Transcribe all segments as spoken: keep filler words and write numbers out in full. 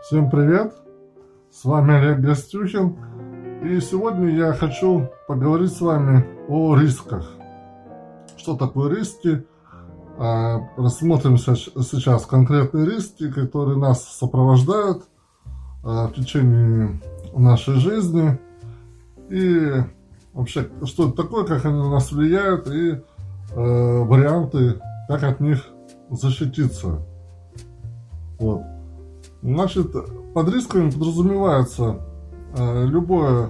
Всем привет! С вами Олег Гостюхин, и сегодня я хочу поговорить с вами о рисках. Что такое риски? Рассмотрим сейчас конкретные риски, которые нас сопровождают в течение нашей жизни, и вообще, что это такое, как они на нас влияют, и варианты, как от них защититься. Вот. Значит, под рисками подразумевается э, любое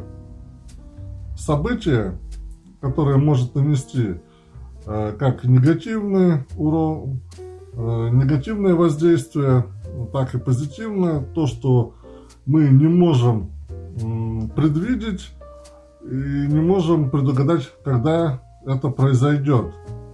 событие, которое может нанести э, как негативный урон, э, негативное воздействие, так и позитивное, то, что мы не можем э, предвидеть и не можем предугадать, когда это произойдет.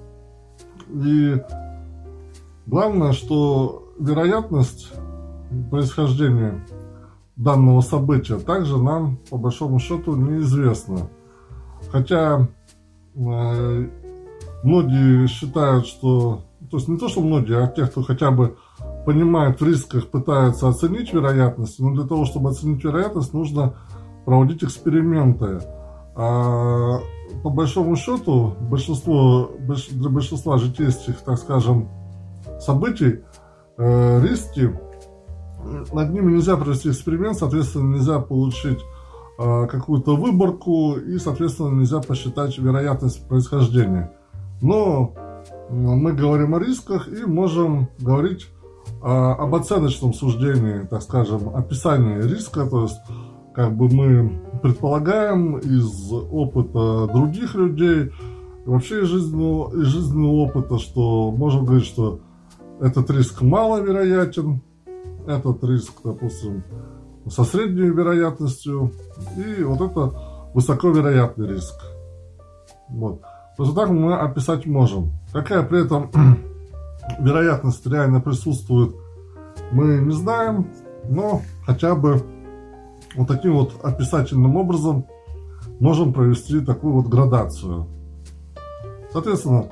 И главное, что вероятность происхождения данного события также нам, по большому счету, неизвестно. Хотя э, многие считают, что... То есть не то, что многие, а те, кто хотя бы понимает в рисках, пытаются оценить вероятность, но для того, чтобы оценить вероятность, нужно проводить эксперименты. А по большому счету, большинство, для большинства житейских, так скажем, событий, э, риски, над ними нельзя провести эксперимент, соответственно, нельзя получить э, какую-то выборку и, соответственно, нельзя посчитать вероятность происхождения. Но э, мы говорим о рисках и можем говорить э, об оценочном суждении, так скажем, описании риска, то есть как бы мы предполагаем из опыта других людей, вообще из жизненного, из жизненного опыта, что можем говорить, что этот риск маловероятен, этот риск, допустим, со средней вероятностью, и вот это высоковероятный риск. Вот. То есть так мы описать можем. Какая при этом вероятность реально присутствует, мы не знаем, но хотя бы вот таким вот описательным образом можем провести такую вот градацию. Соответственно,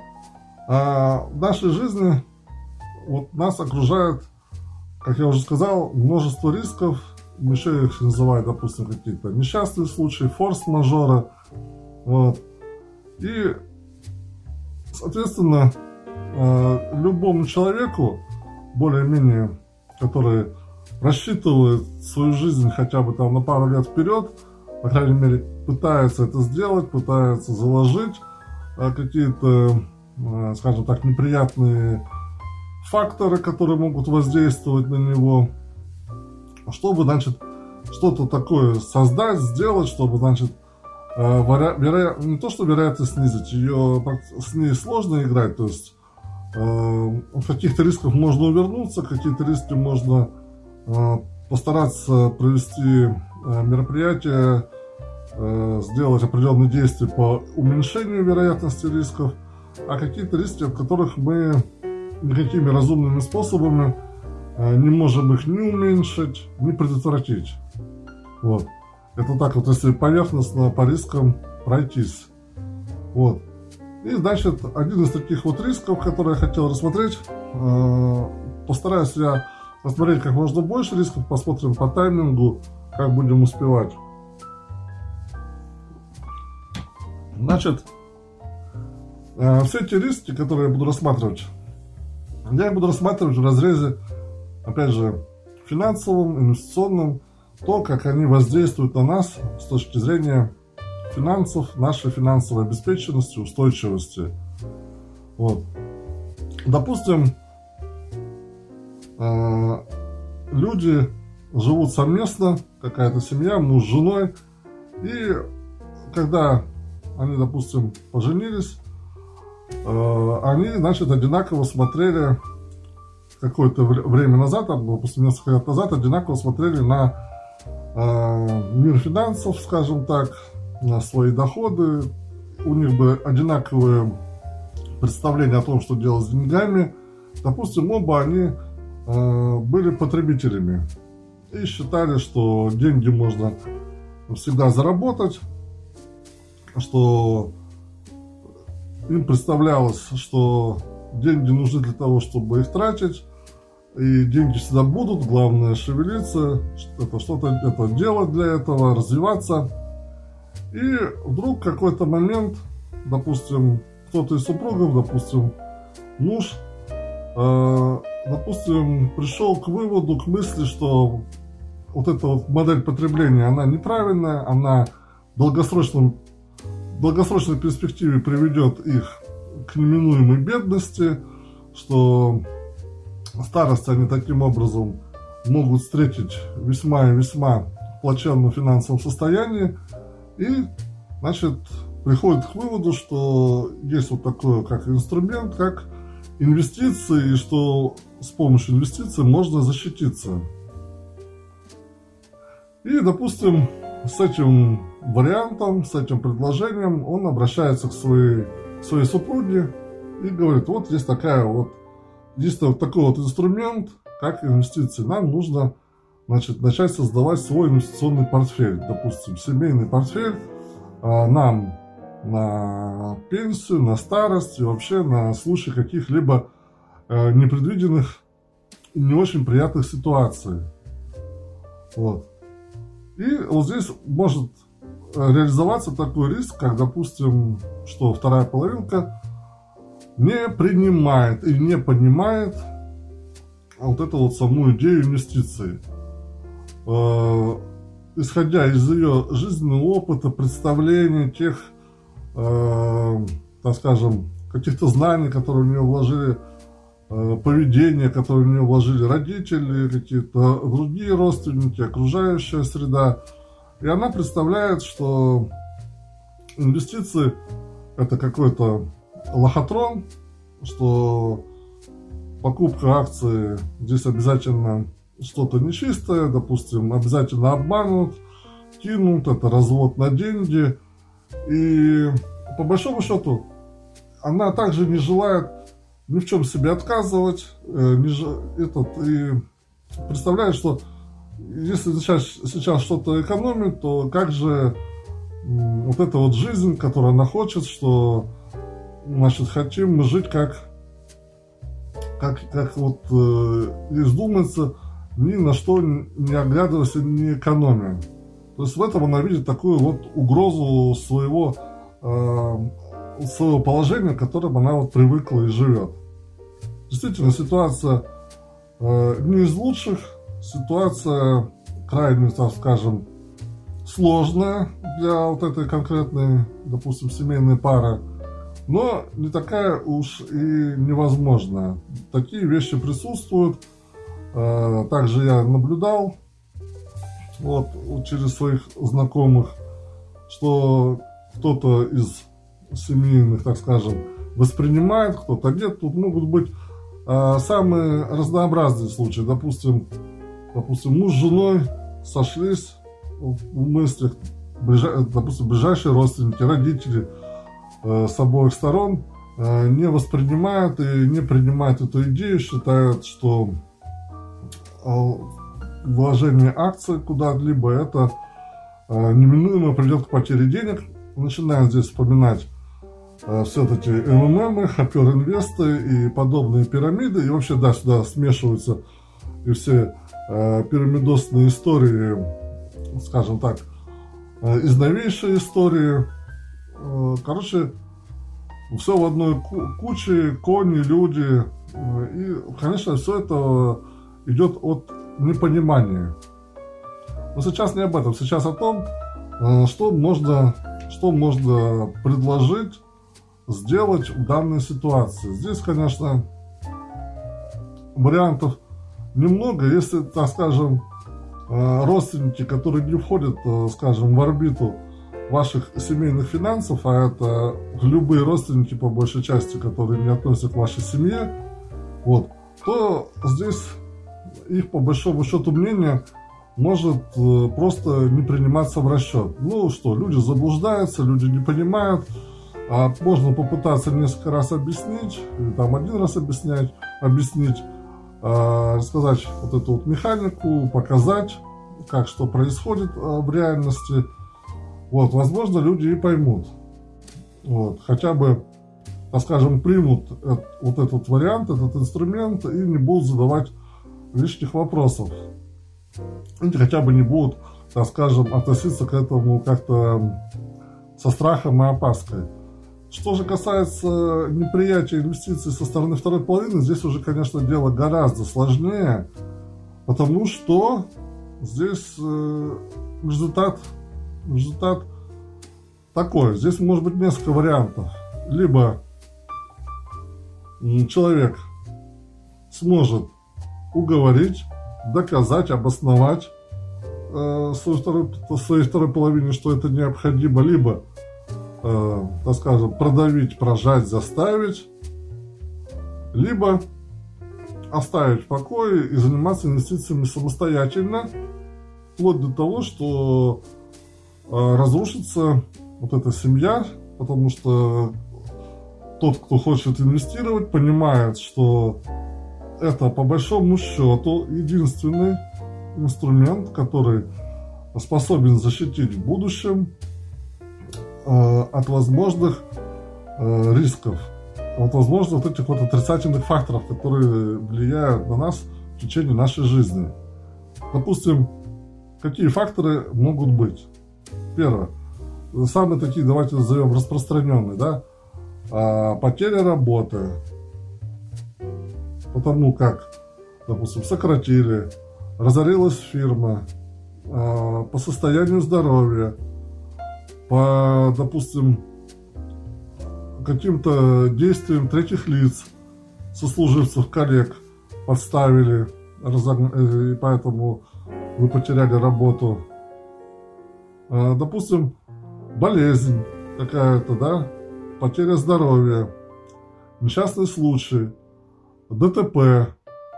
в нашей жизни вот нас окружает, как я уже сказал, множество рисков. Еще их называют, допустим, какие-то несчастные случаи, форс-мажоры. Вот. И, соответственно, любому человеку, более-менее, который рассчитывает свою жизнь хотя бы там на пару лет вперед, по крайней мере, пытается это сделать, пытается заложить какие-то, скажем так, неприятные факторы, которые могут воздействовать на него, чтобы, значит, что-то такое создать, сделать, чтобы, значит, веро... Веро... не то, что вероятность снизить, ее с ней сложно играть, то есть э, от каких-то рисков можно увернуться, какие-то риски можно э, постараться провести э, мероприятие, э, сделать определенные действия по уменьшению вероятности рисков, а какие-то риски, от которых мы никакими разумными способами э, не можем их ни уменьшить, ни предотвратить. Вот. Это так вот, если поверхностно по рискам пройтись. Вот. И, значит, один из таких вот рисков, который я хотел рассмотреть, э, постараюсь я рассмотреть как можно больше рисков, посмотрим по таймингу, как будем успевать. Значит, э, все эти риски, которые я буду рассматривать, я их буду рассматривать в разрезе, опять же, финансовом, инвестиционном, то, как они воздействуют на нас с точки зрения финансов, нашей финансовой обеспеченности, устойчивости. Вот. Допустим, э, люди живут совместно, какая-то семья, муж с женой, и когда они, допустим, поженились, э, они, значит, одинаково смотрели какое-то время назад, допустим, несколько лет назад, одинаково смотрели на э, мир финансов, скажем так, на свои доходы. У них бы одинаковые представления о том, что делать с деньгами. Допустим, оба они э, были потребителями и считали, что деньги можно всегда заработать, что им представлялось, что деньги нужны для того, чтобы их тратить, и деньги всегда будут, главное шевелиться, это что-то это делать для этого, развиваться. И вдруг в какой-то момент, допустим, кто-то из супругов, допустим, муж, э, допустим, пришел к выводу, к мысли, что вот эта вот модель потребления, она неправильная, она в долгосрочном, в долгосрочной перспективе приведет их к неминуемой бедности, что старость они таким образом могут встретить весьма и весьма в плачевном финансовом состоянии, и, значит, приходит к выводу, что есть вот такой как инструмент, как инвестиции, и что с помощью инвестиций можно защититься. И, допустим, с этим вариантом, с этим предложением он обращается к своей, к своей супруге и говорит: вот есть такая вот, есть вот такой вот инструмент, как инвестиции. Нам нужно, значит, начать создавать свой инвестиционный портфель, допустим, семейный портфель, а, нам на пенсию, на старость и вообще на случай каких-либо э, непредвиденных и не очень приятных ситуаций. Вот. И вот здесь может реализоваться такой риск, как, допустим, что вторая половинка не принимает и не понимает вот эту вот саму идею инвестиций. Э, исходя из ее жизненного опыта, представления, тех, э, так скажем, каких-то знаний, которые в нее вложили, э, поведение, которое в нее вложили родители, какие-то другие родственники, окружающая среда. И она представляет, что инвестиции – это какой-то лохотрон, что покупка акций здесь обязательно что-то нечистое, допустим, обязательно обманут, кинут, это развод на деньги. И по большому счету она также не желает ни в чем себе отказывать, не ж... этот, и представляет, что если сейчас, сейчас что-то экономить, то как же вот эта вот жизнь, которую она хочет, что, значит, хотим мы жить как, как, как вот э, издуматься, ни на что не оглядываясь, не экономя. То есть в этом она видит такую вот угрозу своего, э, своего положения, к которому она вот привыкла и живет. Действительно, ситуация э, не из лучших, ситуация крайне, так скажем, сложная для вот этой конкретной, допустим, семейной пары, но не такая уж и невозможная. Такие вещи присутствуют. Также я наблюдал вот, через своих знакомых, что кто-то из семейных, так скажем, воспринимает, кто-то нет. Тут могут быть самые разнообразные случаи. Допустим, допустим, муж с женой сошлись в мыслях, ближа... допустим, ближайшие родственники, родители э, с обоих сторон э, не воспринимают и не принимают эту идею, считают, что э, вложение акций куда-либо это э, неминуемо приведет к потере денег. Начинают здесь вспоминать э, все эти эм эм эм, хоппер-инвесты и подобные пирамиды, и вообще, да, сюда смешиваются и все э, пирамидосные истории, скажем так, из новейшей истории. Короче, все в одной куче, кони, люди. И, конечно, все это идет от непонимания. Но сейчас не об этом. Сейчас о том, что можно, что можно предложить, сделать в данной ситуации. Здесь, конечно, вариантов немного. Если, так скажем, родственники, которые не входят, скажем, в орбиту ваших семейных финансов, а это любые родственники, по большей части, которые не относятся к вашей семье, вот, то здесь их, по большому счету, мнение может просто не приниматься в расчет. Ну что, люди заблуждаются, люди не понимают, а можно попытаться несколько раз объяснить, или там один раз объяснять, объяснить, рассказать вот эту вот механику, показать, как что происходит в реальности. Вот, возможно, люди и поймут. Вот, хотя бы, так скажем, примут вот этот вариант, этот инструмент и не будут задавать лишних вопросов. Или хотя бы не будут, так скажем, относиться к этому как-то со страхом и опаской. Что же касается неприятия инвестиций со стороны второй половины, здесь уже, конечно, дело гораздо сложнее, потому что здесь э, результат, результат такой. Здесь может быть несколько вариантов. Либо человек сможет уговорить, доказать, обосновать э, своей, второй, своей второй половине, что это необходимо, либо Э, так скажем, продавить, прожать, заставить, либо оставить в покое и заниматься инвестициями самостоятельно, вплоть до того, что э, разрушится вот эта семья, потому что тот, кто хочет инвестировать, понимает, что это по большому счету единственный инструмент, который способен защитить в будущем от возможных э, рисков, от возможных вот этих вот отрицательных факторов, которые влияют на нас в течение нашей жизни. Допустим, какие факторы могут быть? Первое. Самые такие, давайте назовем распространенные, да? А, потеря работы, потому как, допустим, сократили, разорилась фирма, а, по состоянию здоровья, по, допустим, каким-то действиям третьих лиц, сослуживцев, коллег подставили, и поэтому вы потеряли работу. Допустим, болезнь какая-то, да, потеря здоровья, несчастный случай, ДТП,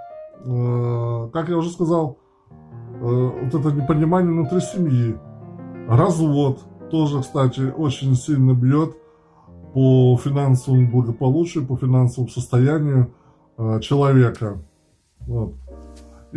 как я уже сказал, вот это непонимание внутри семьи, развод. Тоже, кстати, очень сильно бьет по финансовому благополучию, по финансовому состоянию э, человека. Вот. И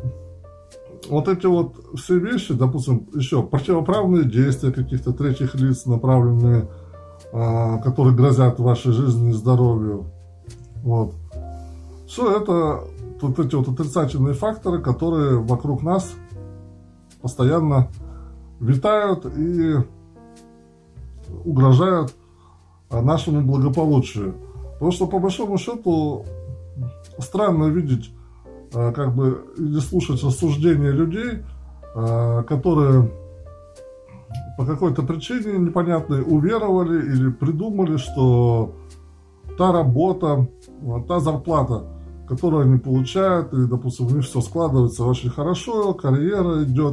вот эти вот все вещи, допустим, еще противоправные действия каких-то третьих лиц, направленные, э, которые грозят вашей жизни и здоровью. Вот. Все это вот эти вот отрицательные факторы, которые вокруг нас постоянно витают и угрожают нашему благополучию. Потому что, по большому счету, странно видеть, как бы, или слушать рассуждения людей, которые по какой-то причине непонятной уверовали или придумали, что та работа, та зарплата, которую они получают, и, допустим, у них все складывается очень хорошо, карьера идет,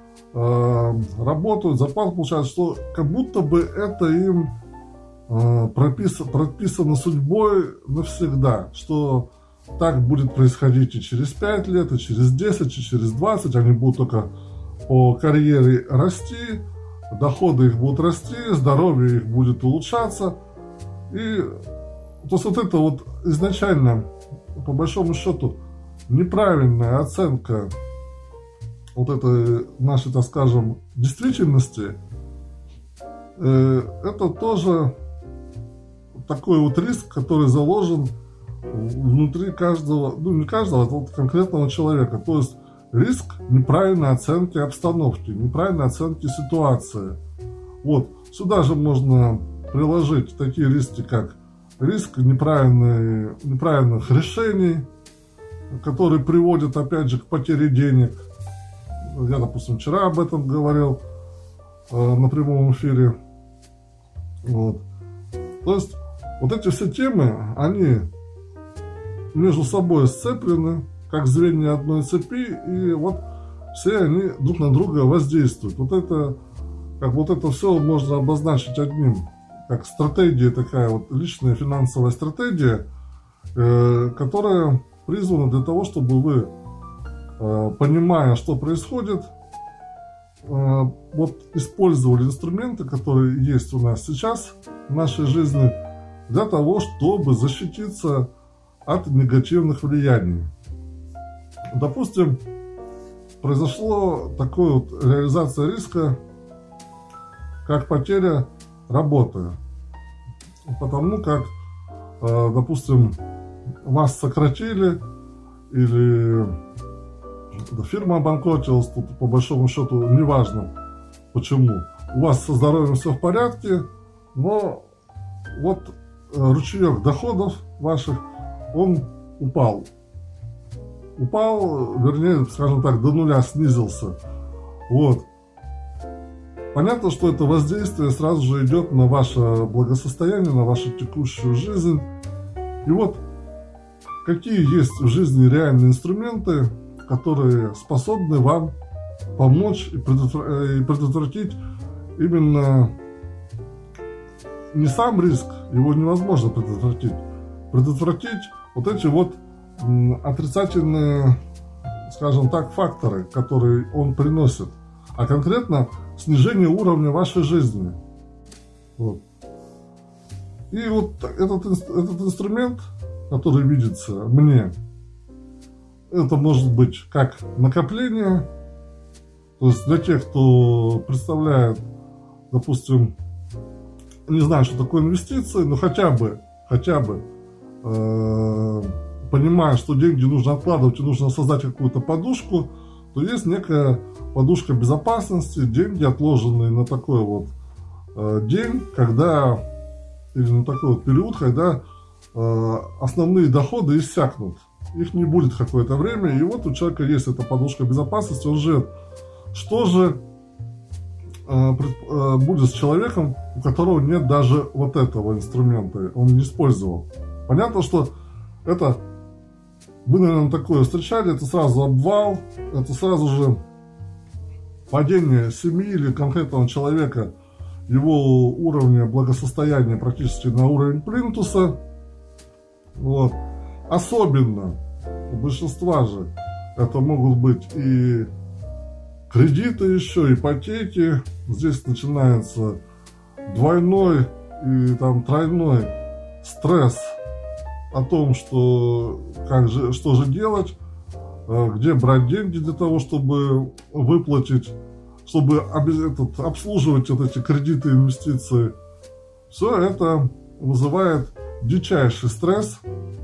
работают, зарплату получают, что как будто бы это им э, прописано, прописано судьбой навсегда, что так будет происходить и через пять лет, и через десять, и через двадцать, они будут только по карьере расти, доходы их будут расти, здоровье их будет улучшаться. И то есть вот это вот изначально, по большому счету, неправильная оценка вот этой нашей, так скажем, действительности, э, это тоже такой вот риск, который заложен внутри каждого, ну не каждого, а вот конкретного человека. То есть риск неправильной оценки обстановки, неправильной оценки ситуации. Вот, сюда же можно приложить такие риски, как риск неправильных решений, которые приводят, опять же, к потере денег. Я, допустим, вчера об этом говорил э, на прямом эфире. Вот. То есть вот эти все темы, они между собой сцеплены, как звенья одной цепи, и вот все они друг на друга воздействуют. Вот это, как вот это все можно обозначить одним, как стратегия такая, вот личная финансовая стратегия, э, которая призвана для того, чтобы вы, понимая, что происходит, вот использовали инструменты, которые есть у нас сейчас в нашей жизни, для того, чтобы защититься от негативных влияний. Допустим, произошло такое вот реализация риска, как потеря работы, потому как, допустим, вас сократили или фирма обанкротилась, тут по большому счету неважно почему. У вас со здоровьем все в порядке, но вот ручеек доходов ваших, он упал. Упал, вернее, скажем так, до нуля снизился. Вот. Понятно, что это воздействие сразу же идет на ваше благосостояние, на вашу текущую жизнь. И вот какие есть в жизни реальные инструменты, которые способны вам помочь и предотвратить именно не сам риск, его невозможно предотвратить, предотвратить вот эти вот отрицательные, скажем так, факторы, которые он приносит, а конкретно снижение уровня вашей жизни. Вот. И вот этот, этот инструмент, который видится мне, это может быть как накопление, то есть для тех, кто представляет, допустим, не знаю, что такое инвестиции, но хотя бы, хотя бы э, понимая, что деньги нужно откладывать и нужно создать какую-то подушку, то есть некая подушка безопасности, деньги, отложенные на такой вот э, день, когда, или на такой вот период, когда э, основные доходы иссякнут. Их не будет какое-то время, и вот у человека есть эта подушка безопасности, он живет. Что же э, э, будет с человеком, у которого нет даже вот этого инструмента, он не использовал? Понятно, что это, вы, наверное, такое встречали, это сразу обвал, это сразу же падение семьи или конкретного человека, его уровня благосостояния практически на уровень плинтуса. Вот. Особенно у большинства же это могут быть и кредиты еще, ипотеки. Здесь начинается двойной и там тройной стресс о том, что, как же, что же делать, где брать деньги для того, чтобы выплатить, чтобы этот, обслуживать вот эти кредиты, инвестиции. Все это вызывает дичайший стресс.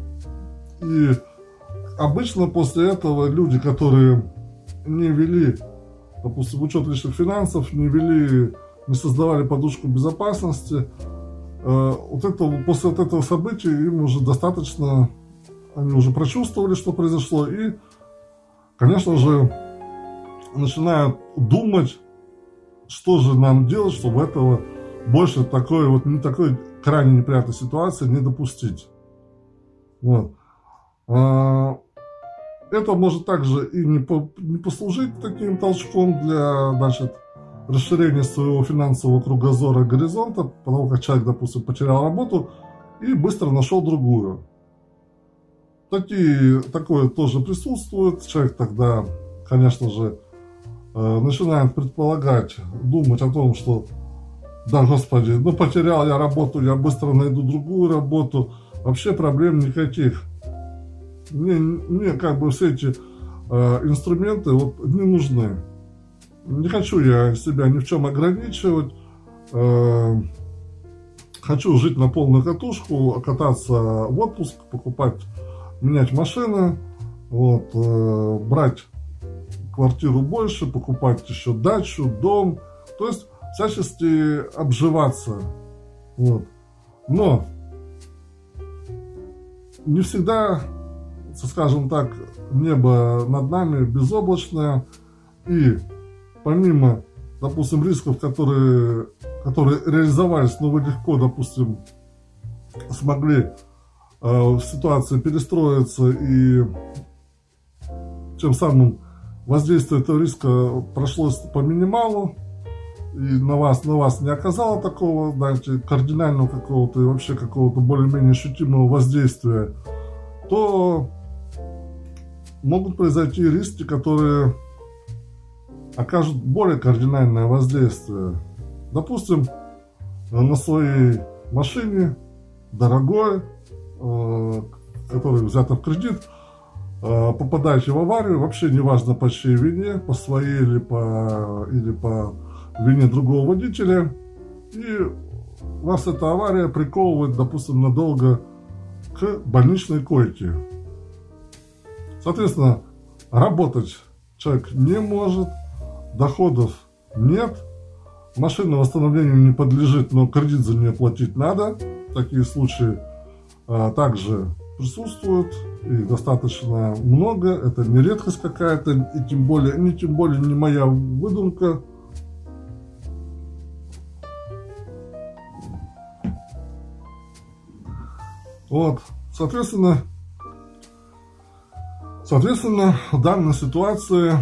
И обычно после этого люди, которые не вели, допустим, учет личных финансов, не вели, не создавали подушку безопасности, э, вот это, после вот этого события им уже достаточно, они уже прочувствовали, что произошло, и, конечно же, начинают думать, что же нам делать, чтобы этого больше такой вот, не такой крайне неприятной ситуации не допустить. Вот. Это может также и не, по, не послужить таким толчком для, значит, расширения своего финансового кругозора, горизонта, потому как человек, допустим, потерял работу и быстро нашел другую. Такие, такое тоже присутствует. Человек тогда, конечно же, начинает предполагать, думать о том, что да, господи, ну потерял я работу, я быстро найду другую работу, вообще проблем никаких. Мне, мне как бы все эти э, инструменты вот не нужны. Не хочу я себя ни в чем ограничивать. Э, хочу жить на полную катушку, кататься в отпуск, покупать, менять машины, вот, э, брать квартиру больше, покупать еще дачу, дом. То есть всячески обживаться. Вот. Но не всегда, скажем так, небо над нами безоблачное, и помимо, допустим, рисков, которые, которые реализовались, но вы легко, допустим, смогли э, в ситуации перестроиться, и тем самым воздействие этого риска прошлось по минималу, и на вас, на вас не оказало такого, знаете, кардинального какого-то и вообще какого-то более-менее ощутимого воздействия, то могут произойти риски, которые окажут более кардинальное воздействие. Допустим, на своей машине, дорогой, э, которая взята в кредит, э, попадаете в аварию, вообще неважно по чьей вине, по своей или по, или по вине другого водителя, и вас эта авария приковывает, допустим, надолго к больничной койке. Соответственно, работать человек не может, доходов нет, машина восстановлению не подлежит, но кредит за нее платить надо. Такие случаи а, также присутствуют, и достаточно много. Это не редкость какая-то, и тем более, не тем более не моя выдумка. Вот, соответственно, соответственно, в данной ситуации,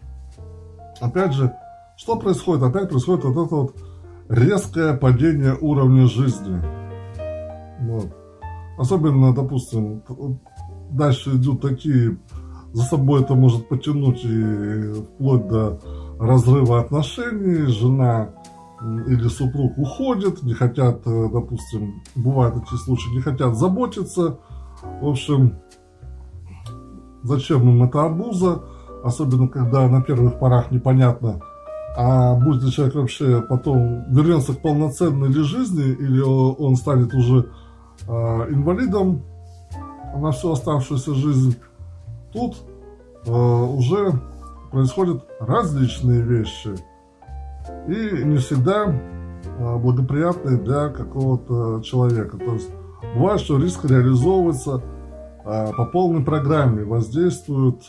опять же, что происходит? Опять происходит вот это вот резкое падение уровня жизни. Вот. Особенно, допустим, дальше идут такие, за собой это может потянуть и вплоть до разрыва отношений, жена или супруг уходят, не хотят, допустим, бывают такие случаи, не хотят заботиться. В общем, зачем им эта обуза, особенно когда на первых порах непонятно, а будет ли человек вообще потом вернется к полноценной ли жизни, или он станет уже э, инвалидом на всю оставшуюся жизнь. Тут э, уже происходят различные вещи, и не всегда э, благоприятные для какого-то человека. То есть бывает, что риск реализовывается э, по полной программе, воздействует,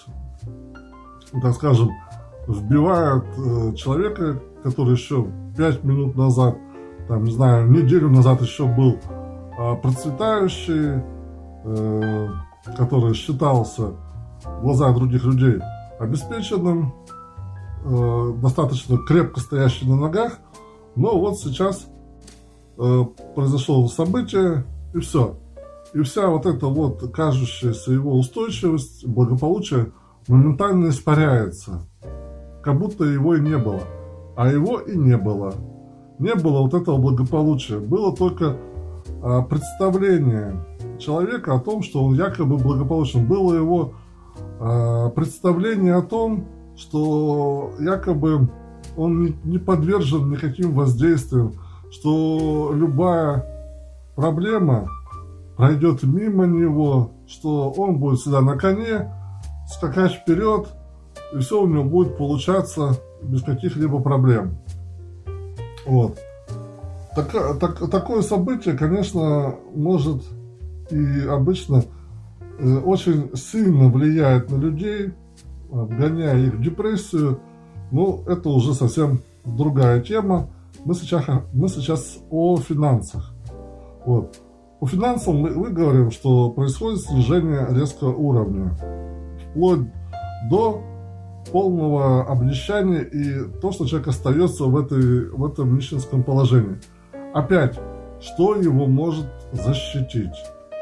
так скажем, вбивают э, человека, который еще пять минут назад, там, не знаю, неделю назад еще был э, процветающий, э, который считался в глазах других людей обеспеченным, э, достаточно крепко стоящий на ногах, но вот сейчас э, произошло событие, и все. И вся вот эта вот кажущаяся его устойчивость, благополучие моментально испаряется. Как будто его и не было. А его и не было. Не было вот этого благополучия. Было только а, представление человека о том, что он якобы благополучен. Было его а, представление о том, что якобы он не, не подвержен никаким воздействиям, что любая проблема пройдет мимо него, что он будет всегда на коне, скакать вперед, и все у него будет получаться без каких-либо проблем. Вот. Так, так, такое событие, конечно, может и обычно э, очень сильно влияет на людей, вгоняя их в депрессию. Но это уже совсем другая тема. Мы сейчас, мы сейчас о финансах. Вот. По финансам мы, мы говорим, что происходит снижение резкого уровня, вплоть до полного обнищания и то, что человек остается в, этой, в этом нищенском положении. Опять, что его может защитить?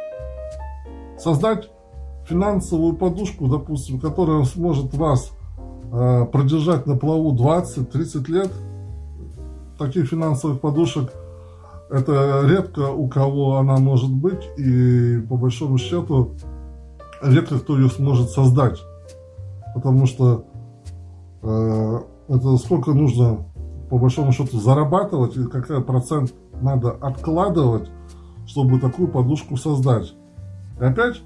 Создать финансовую подушку, допустим, которая сможет вас э, продержать на плаву двадцать-тридцать лет. Таких финансовых подушек это редко у кого она может быть, и по большому счету редко кто ее сможет создать. Потому что э, это сколько нужно по большому счету зарабатывать и какой процент надо откладывать, чтобы такую подушку создать. И опять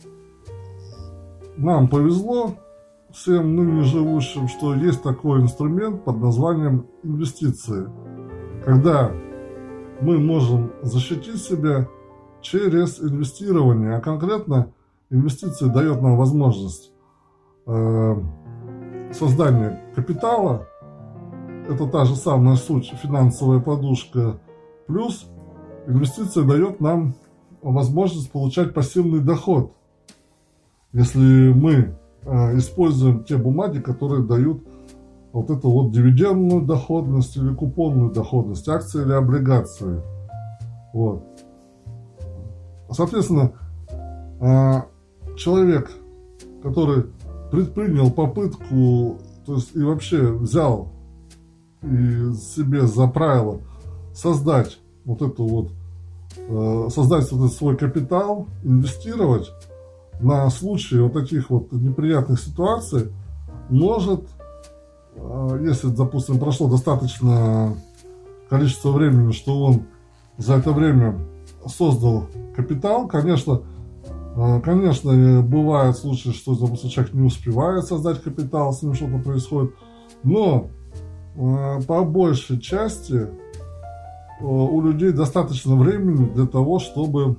нам повезло, всем ныне живущим, что есть такой инструмент под названием инвестиции. Когда мы можем защитить себя через инвестирование, а конкретно инвестиция дает нам возможность э, создания капитала. Это та же самая суть, финансовая подушка. Плюс инвестиция дает нам возможность получать пассивный доход, если мы э, используем те бумаги, которые дают вот эту вот дивидендную доходность или купонную доходность, акции или облигации. Вот. Соответственно, э, человек, который предпринял попытку, то есть и вообще взял и себе за правило создать вот эту вот, э, создать вот этот свой капитал, инвестировать на случай вот таких вот неприятных ситуаций, может, э, если, допустим, прошло достаточно количество времени, что он за это время создал капитал, конечно, Конечно, бывают случаи, что, допустим, человек не успевает создать капитал, с ним что-то происходит, но по большей части у людей достаточно времени для того, чтобы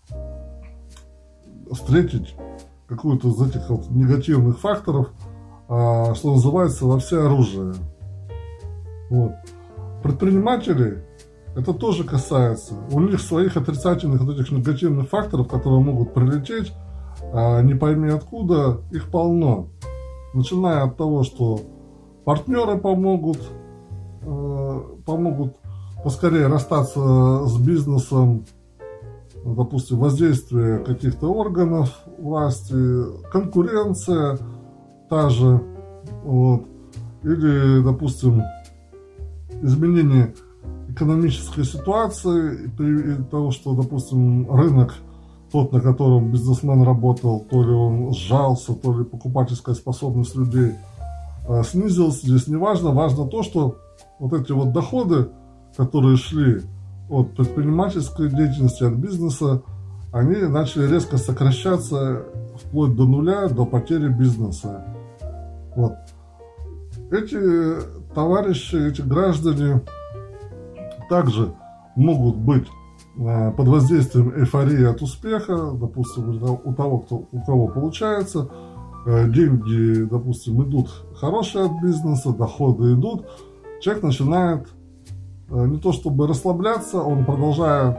встретить какую-то из этих вот негативных факторов, что называется, во всеоружие. Вот. Предпринимателей это тоже касается. У них своих отрицательных, вот этих негативных факторов, которые могут прилететь, не пойми откуда, их полно. Начиная от того, что партнеры помогут, помогут поскорее расстаться с бизнесом, допустим, воздействие каких-то органов власти, конкуренция та же, вот, или, допустим, изменение экономической ситуации, и того, что, допустим, рынок, тот, на котором бизнесмен работал, то ли он сжался, то ли покупательская способность людей э, снизилась, здесь не важно, важно то, что вот эти вот доходы, которые шли от предпринимательской деятельности, от бизнеса, они начали резко сокращаться вплоть до нуля, до потери бизнеса. Вот. Эти товарищи, эти граждане также могут быть э, под воздействием эйфории от успеха, допустим, у того, кто, у кого получается, э, деньги, допустим, идут хорошие от бизнеса, доходы идут, человек начинает э, не то чтобы расслабляться, он продолжает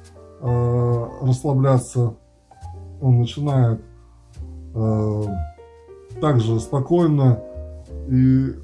э, расслабляться, он начинает э, также спокойно и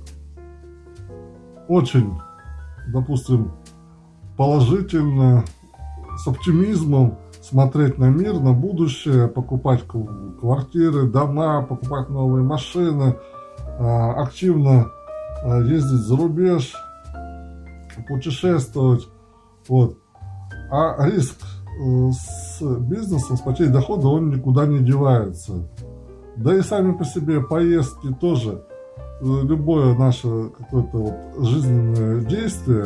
очень, допустим, положительно, с оптимизмом смотреть на мир, на будущее, покупать квартиры, дома, покупать новые машины, активно ездить за рубеж, путешествовать. Вот. А риск с бизнесом, с потерей дохода, он никуда не девается. Да и сами по себе поездки тоже, любое наше какое-то вот жизненное действие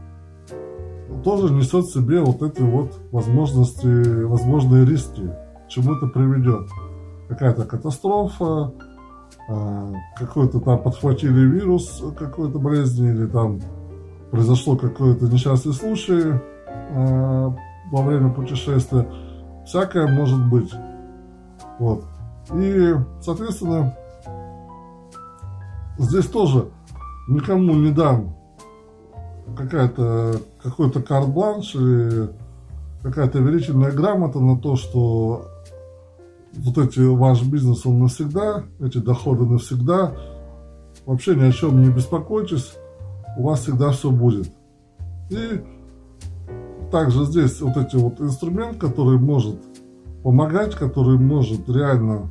тоже несет в себе вот эти вот возможности, возможные риски, к чему это приведет. Какая-то катастрофа, какой-то там подхватили вирус какой-то болезни, или там произошло какой-то несчастный случай во время путешествия. Всякое может быть. Вот. И, соответственно, здесь тоже никому не дам какая-то, какой-то карт-бланш или какая-то верительная грамота на то, что вот эти ваш бизнес, он навсегда, эти доходы навсегда, вообще ни о чем не беспокойтесь, у вас всегда все будет. И также здесь вот эти вот инструмент, который может помогать, который может реально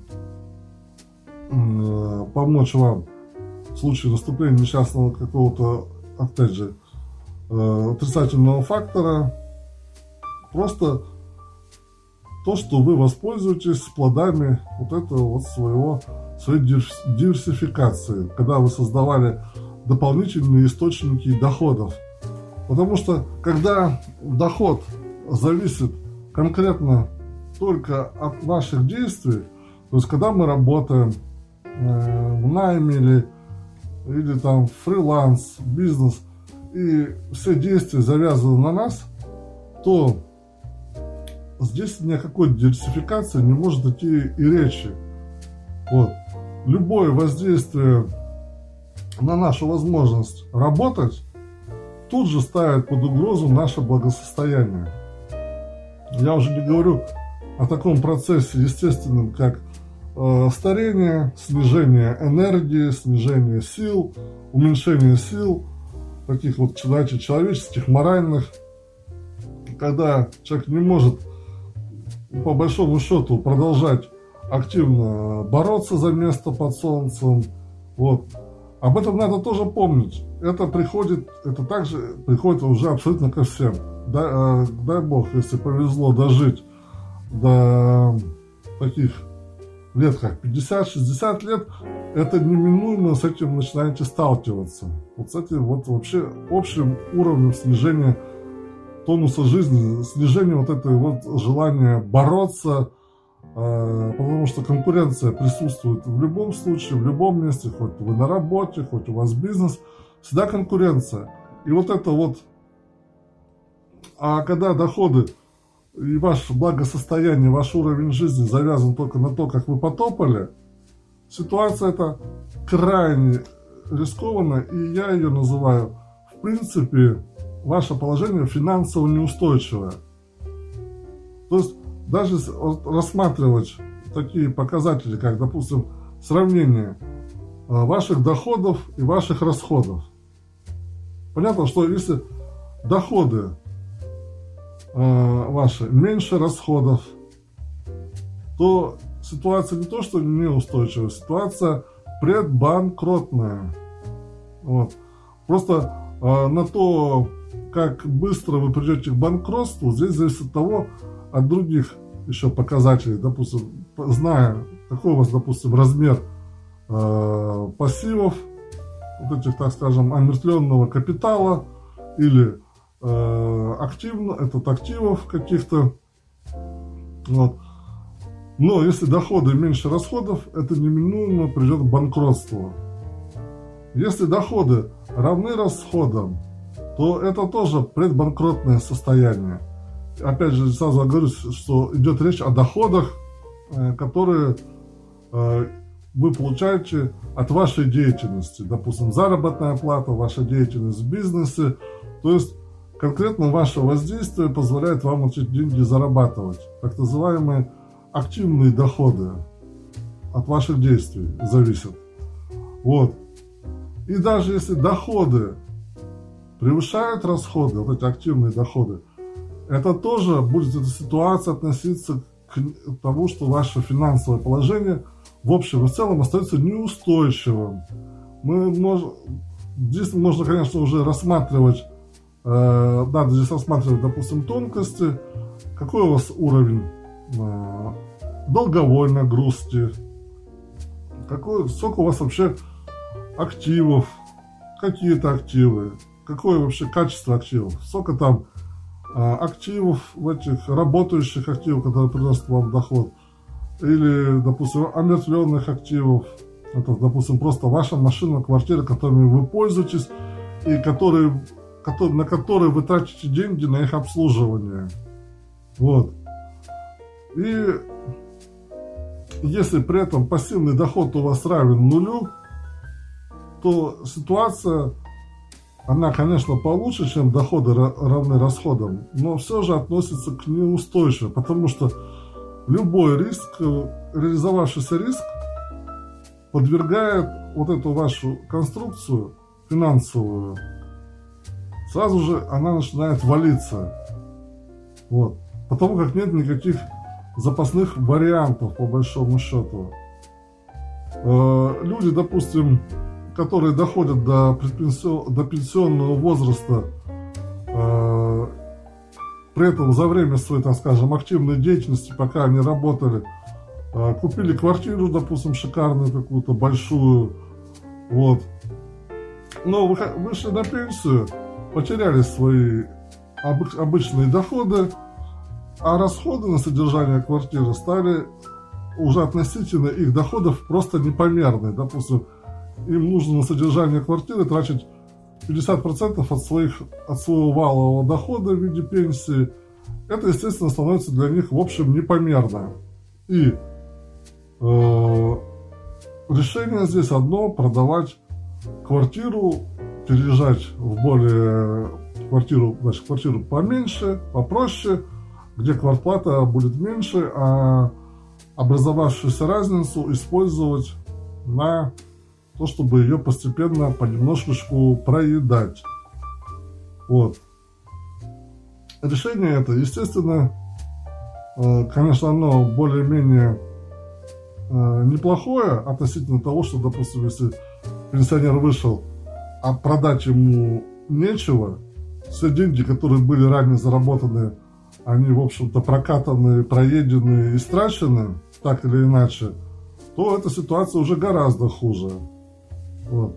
э, помочь вам в случае наступления несчастного какого-то, опять же, э, отрицательного фактора, просто то, что вы воспользуетесь плодами вот этого вот своего, своей диверсификации, когда вы создавали дополнительные источники доходов. Потому что когда доход зависит конкретно только от ваших действий, то есть когда мы работаем э, в найме или, или там фриланс, бизнес, и все действия завязаны на нас, то здесь ни о какой диверсификации не может идти и речи. Вот. Любое воздействие на нашу возможность работать тут же ставит под угрозу наше благосостояние. Я уже не говорю о таком процессе естественном, как э, старение, снижение энергии, снижение сил, уменьшение сил, таких вот знаете, человеческих, моральных, когда человек не может по большому счету продолжать активно бороться за место под солнцем. Вот. Об этом надо тоже помнить. Это приходит, это также приходит уже абсолютно ко всем. Дай, э, дай бог, если повезло дожить до таких лет, как пятьдесят-шестьдесят лет, это неминуемо с этим начинаете сталкиваться. Вот с этим вот вообще общим уровнем снижения тонуса жизни, снижение вот этого вот желания бороться, потому что конкуренция присутствует в любом случае, в любом месте, хоть вы на работе, хоть у вас бизнес, всегда конкуренция. И вот это вот, а когда доходы и ваше благосостояние, ваш уровень жизни завязан только на то, как вы потопали, ситуация эта крайне рискованная, и я ее называю, в принципе, ваше положение финансово неустойчивое. То есть даже рассматривать такие показатели, как, допустим, сравнение ваших доходов и ваших расходов. Понятно, что если доходы ваши меньше расходов, то ситуация не то, что неустойчивая, ситуация предбанкротная. Вот. Просто э, на то, как быстро вы придете к банкротству, здесь зависит от того, от других еще показателей. Допустим, зная, какой у вас, допустим, размер э, пассивов, вот этих, так скажем, омертвленного капитала или э, активно, этот активов каких-то. Вот. Но если доходы меньше расходов, это неминуемо придет к банкротству. Если доходы равны расходам, то это тоже предбанкротное состояние. Опять же, сразу говорю, что идет речь о доходах, которые вы получаете от вашей деятельности. Допустим, заработная плата, ваша деятельность в бизнесе. То есть конкретно ваше воздействие позволяет вам эти деньги зарабатывать. Так называемые активные доходы от ваших действий зависят. Вот. И даже если доходы превышают расходы, вот эти активные доходы, это тоже будет эта ситуация относиться к тому, что ваше финансовое положение в общем и в целом остается неустойчивым. Мы можем, здесь можно, конечно, уже рассматривать, э, надо здесь рассматривать, допустим, тонкости, какой у вас уровень э, долговой нагрузки, какой, сколько у вас вообще активов, какие-то активы, какое вообще качество активов, сколько там э, активов в этих работающих активов, которые приносят вам доход, или, допустим, омертвленных активов, это, допустим, просто ваша машина, квартира, которыми вы пользуетесь, и которые, которые, на которые вы тратите деньги на их обслуживание. Вот. И если при этом пассивный доход у вас равен нулю, то ситуация, она, конечно, получше, чем доходы равны расходам, но все же относится к неустойчивой, потому что любой риск, реализовавшийся риск, подвергает вот эту вашу конструкцию финансовую, сразу же она начинает валиться. Вот. Потому как нет никаких запасных вариантов, по большому счету. Э, люди, допустим, которые доходят до, до пенсионного возраста, э, при этом за время своей, так скажем, активной деятельности, пока они работали, э, купили квартиру, допустим, шикарную какую-то, большую, вот. Но вышли на пенсию, потеряли свои обы- обычные доходы, а расходы на содержание квартиры стали уже относительно их доходов просто непомерны. Допустим, им нужно на содержание квартиры тратить пятьдесят процентов от, своих, от своего валового дохода в виде пенсии. Это, естественно, становится для них, в общем, непомерно. И э, решение здесь одно: продавать квартиру, переезжать в более квартиру, значит, квартиру поменьше, попроще, где квартплата будет меньше, а образовавшуюся разницу использовать на то, чтобы ее постепенно, понемножку проедать. Вот. Решение это, естественно, конечно, оно более-менее неплохое относительно того, что, допустим, если пенсионер вышел, а продать ему нечего, все деньги, которые были ранее заработаны, они, в общем-то, прокатаны, проедены, истрачены, так или иначе, то эта ситуация уже гораздо хуже. Вот.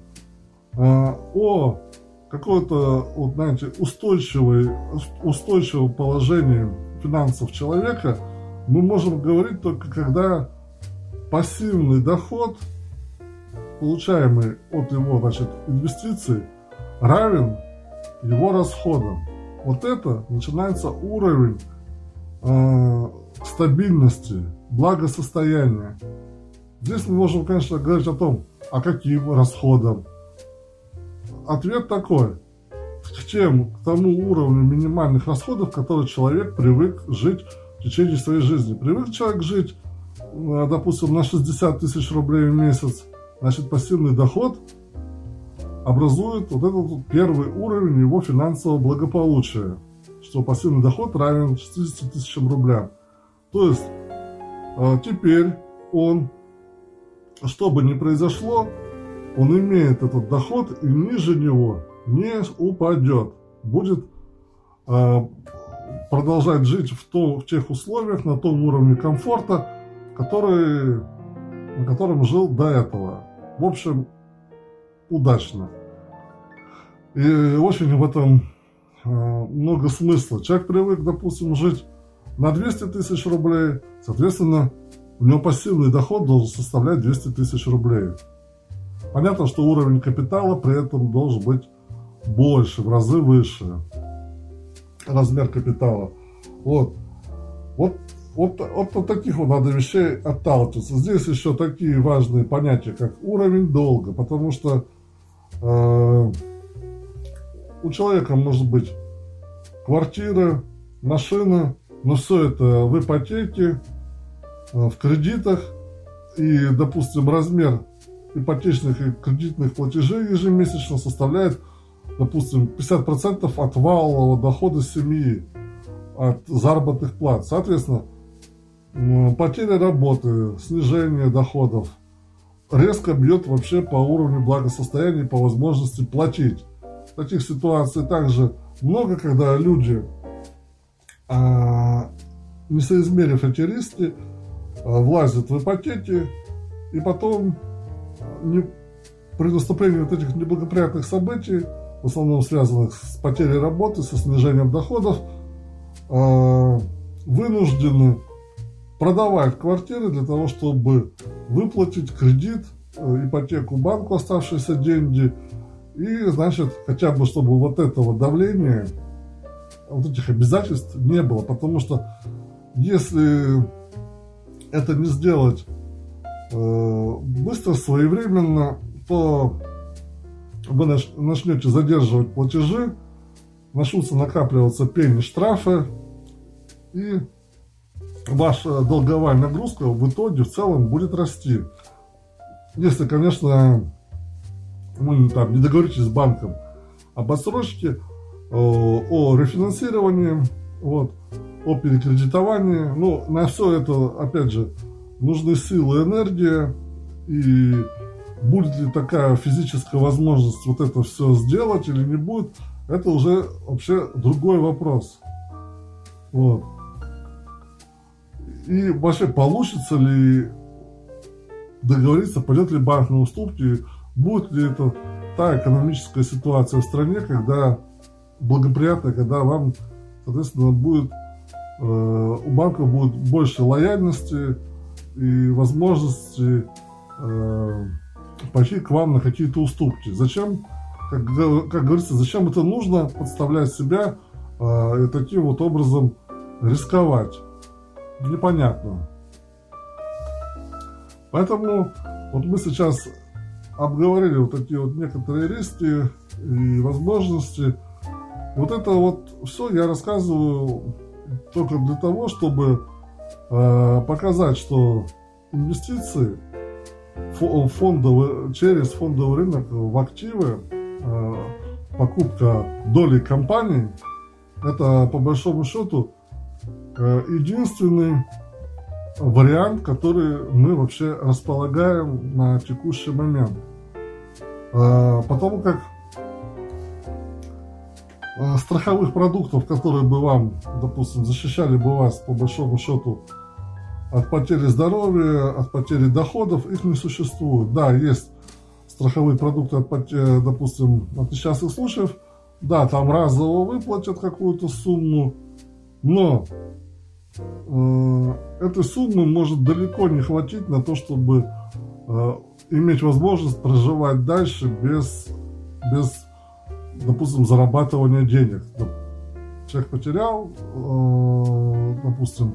А, о какое-то, вот, знаете, устойчивое, устойчивое положение финансов человека мы можем говорить только когда пассивный доход, получаемый от его, значит, инвестиций, равен его расходам. Вот это начинается уровень э, стабильности, благосостояния. Здесь мы можем, конечно, говорить о том, а каким расходам. Ответ такой: к тем, к тому уровню минимальных расходов, который человек привык жить в течение своей жизни. Привык человек жить, допустим, на шестьдесят тысяч рублей в месяц, значит, пассивный доход образует вот этот первый уровень его финансового благополучия, что пассивный доход равен шестидесяти тысячам рублям. То есть теперь он, что бы ни произошло, он имеет этот доход и ниже него не упадет, будет э, продолжать жить в, то, в тех условиях, на том уровне комфорта, который, на котором жил до этого. В общем, удачно. И очень в этом э, много смысла. Человек привык, допустим, жить на двести тысяч рублей, соответственно, у него пассивный доход должен составлять двести тысяч рублей. Понятно, что уровень капитала при этом должен быть больше, в разы выше. Размер капитала. Вот. Вот, вот, вот от таких вот надо вещей отталкиваться. Здесь еще такие важные понятия, как уровень долга. Потому что э, у человека может быть квартира, машина, но все это в ипотеке, в кредитах. И, допустим, размер ипотечных и кредитных платежей ежемесячно составляет, допустим, пятьдесят процентов от валового дохода семьи, от заработных плат. Соответственно, потеря работы, снижение доходов резко бьет вообще по уровню благосостояния и по возможности платить. Таких ситуаций также много, когда люди, не соизмерив эти риски, влазят в ипотеки, и потом не, при наступлении вот этих неблагоприятных событий, в основном связанных с потерей работы, со снижением доходов, э, вынуждены продавать квартиры для того, чтобы выплатить кредит, э, ипотеку банку, оставшиеся деньги, и, значит, хотя бы чтобы вот этого давления, вот этих обязательств не было, потому что если это не сделать э, быстро, своевременно, то вы начнете задерживать платежи, начнутся накапливаться пени, штрафы, и ваша долговая нагрузка в итоге в целом будет расти. Если, конечно, вы там не договоритесь с банком об отсрочке, э, о рефинансировании, вот, о перекредитовании. Ну, на все это, опять же, нужны силы, энергия, и будет ли такая физическая возможность вот это все сделать или не будет, это уже вообще другой вопрос. Вот. И вообще, получится ли договориться, пойдет ли банк на уступки, будет ли это та экономическая ситуация в стране, когда благоприятная, когда вам, соответственно, будет э, у банка будет больше лояльности и возможности э, пойти к вам на какие-то уступки. Зачем, как, как говорится, зачем это нужно, подставлять себя э, и таким вот образом рисковать? Непонятно. Поэтому вот мы сейчас обговорили вот такие вот некоторые риски и возможности. Вот это вот все я рассказываю только для того, чтобы э, показать, что инвестиции фондовый, через фондовый рынок в активы, э, покупка долей компаний, это по большому счету э, единственный вариант, который мы вообще располагаем на текущий момент. Э, потому как э, страховых продуктов, которые бы вам, допустим, защищали бы вас по большому счету от потери здоровья, от потери доходов, их не существует. Да, есть страховые продукты, от потери, допустим, от несчастных случаев. Да, там разово выплатят какую-то сумму, но э, этой суммы может далеко не хватить на то, чтобы э, иметь возможность проживать дальше без, без, допустим, зарабатывания денег. Человек потерял, э, допустим,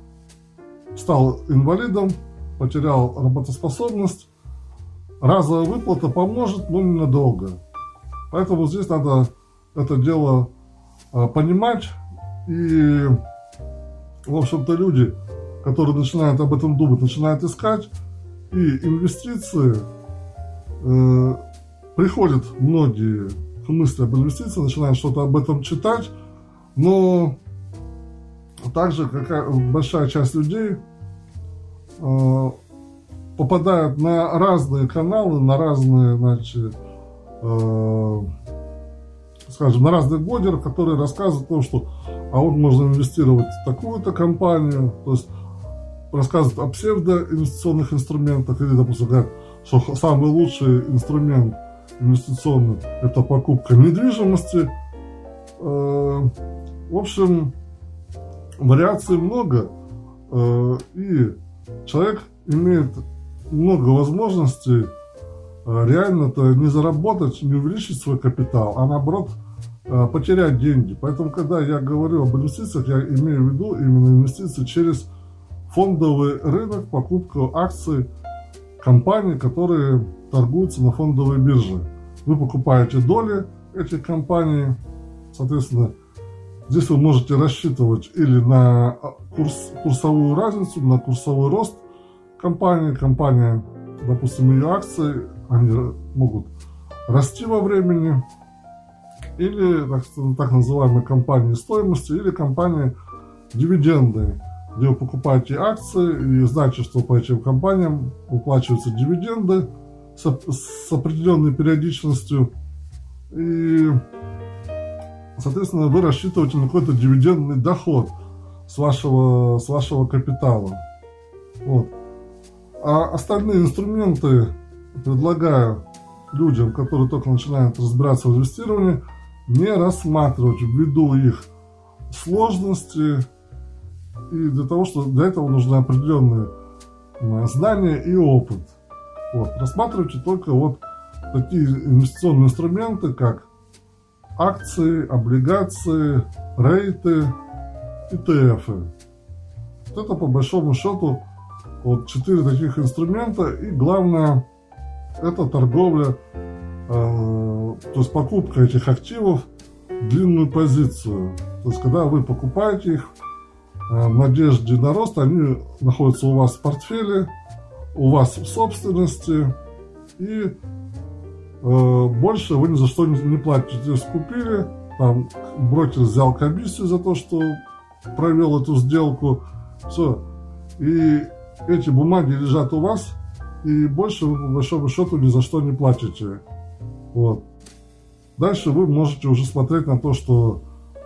стал инвалидом, потерял работоспособность. Разовая выплата поможет, но ненадолго. Поэтому здесь надо это дело э, понимать. И, в общем-то, люди, которые начинают об этом думать, начинают искать. И инвестиции, э, приходят многие к мысли об инвестициях, начинают что-то об этом читать. Но также какая, большая часть людей э, попадают на разные каналы, на разные, значит, э, скажем, на разных блогеров, которые рассказывают о том, что а вот можно инвестировать в такую-то компанию, то есть рассказывают о псевдоинвестиционных инструментах, или, допустим, говорят, что самый лучший инструмент инвестиционный – это покупка недвижимости. Э, в общем, вариаций много, э, и человек имеет много возможностей э, реально-то не заработать, не увеличить свой капитал, а наоборот э, потерять деньги. Поэтому, когда я говорю об инвестициях, я имею в виду именно инвестиции через фондовый рынок, покупку акций компаний, которые торгуются на фондовой бирже. Вы покупаете доли этих компаний, соответственно, здесь вы можете рассчитывать или на курс, курсовую разницу, на курсовой рост компании. Компания, допустим, ее акции, они могут расти во времени, или так, так называемые компании стоимости, или компании дивидендные, где вы покупаете акции и знаете, что по этим компаниям выплачиваются дивиденды с, с определенной периодичностью. И, соответственно, вы рассчитываете на какой-то дивидендный доход с вашего, с вашего капитала. Вот. А остальные инструменты предлагаю людям, которые только начинают разбираться в инвестировании, не рассматривать ввиду их сложности. И для того, что для этого нужны определенные знания и опыт. Вот. Рассматривайте только вот такие инвестиционные инструменты, как акции, облигации, рейты, и ти эф-ы. Вот это по большому счету вот четыре таких инструмента. И главное, это торговля, э, то есть покупка этих активов в длинную позицию. То есть когда вы покупаете их в надежде на рост, они находятся у вас в портфеле, у вас в собственности, и э, больше вы ни за что не, не платите. То есть купили, там брокер взял комиссию за то, что провел эту сделку, все, и эти бумаги лежат у вас, и больше вы, по большому счету, ни за что не платите. Вот. Дальше вы можете уже смотреть на то, что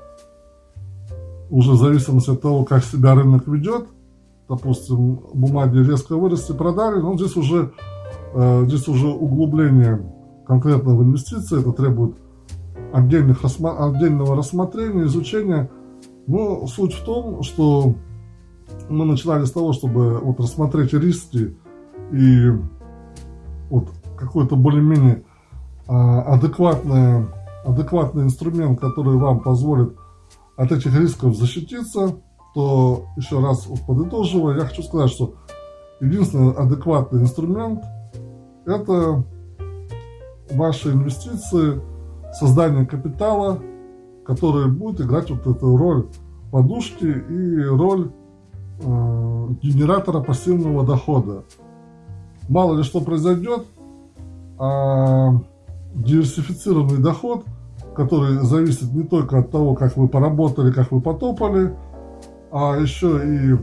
уже в зависимости от того, как себя рынок ведет, допустим, бумаги резко выросли, продали, но здесь уже, э, здесь уже углубление конкретно в инвестиции, это требует отдельных, отдельного рассмотрения, изучения. Но суть в том, что мы начинали с того, чтобы вот рассмотреть риски и вот какой-то более-менее э, адекватный, адекватный инструмент, который вам позволит от этих рисков защититься, то еще раз подытоживая, я хочу сказать, что единственный адекватный инструмент – это ваши инвестиции, создание капитала, который будет играть вот эту роль подушки и роль э, генератора пассивного дохода. Мало ли что произойдет, а диверсифицированный доход, который зависит не только от того, как вы поработали, как вы потопали, а еще и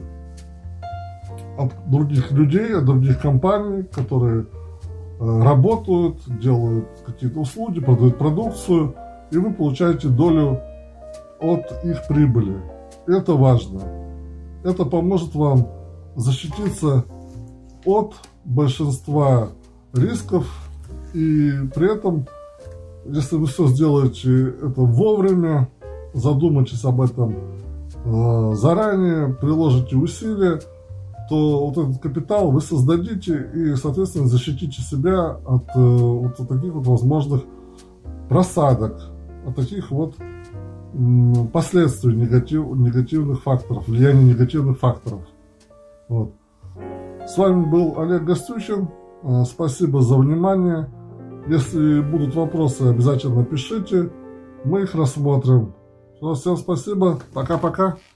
от других людей, от других компаний, которые э, работают, делают какие-то услуги, продают продукцию, и вы получаете долю от их прибыли. Это важно. Это поможет вам защититься от большинства рисков, и при этом, если вы все сделаете это вовремя, задумайтесь об этом э, заранее приложите усилия, то вот этот капитал вы создадите и, соответственно, защитите себя от, э, вот таких вот возможных просадок, от таких вот м, последствий негатив, негативных факторов, влияния негативных факторов. Вот. С вами был Олег Гостючин. Э, спасибо за внимание. Если будут вопросы, обязательно пишите. Мы их рассмотрим. Всем спасибо. Пока-пока.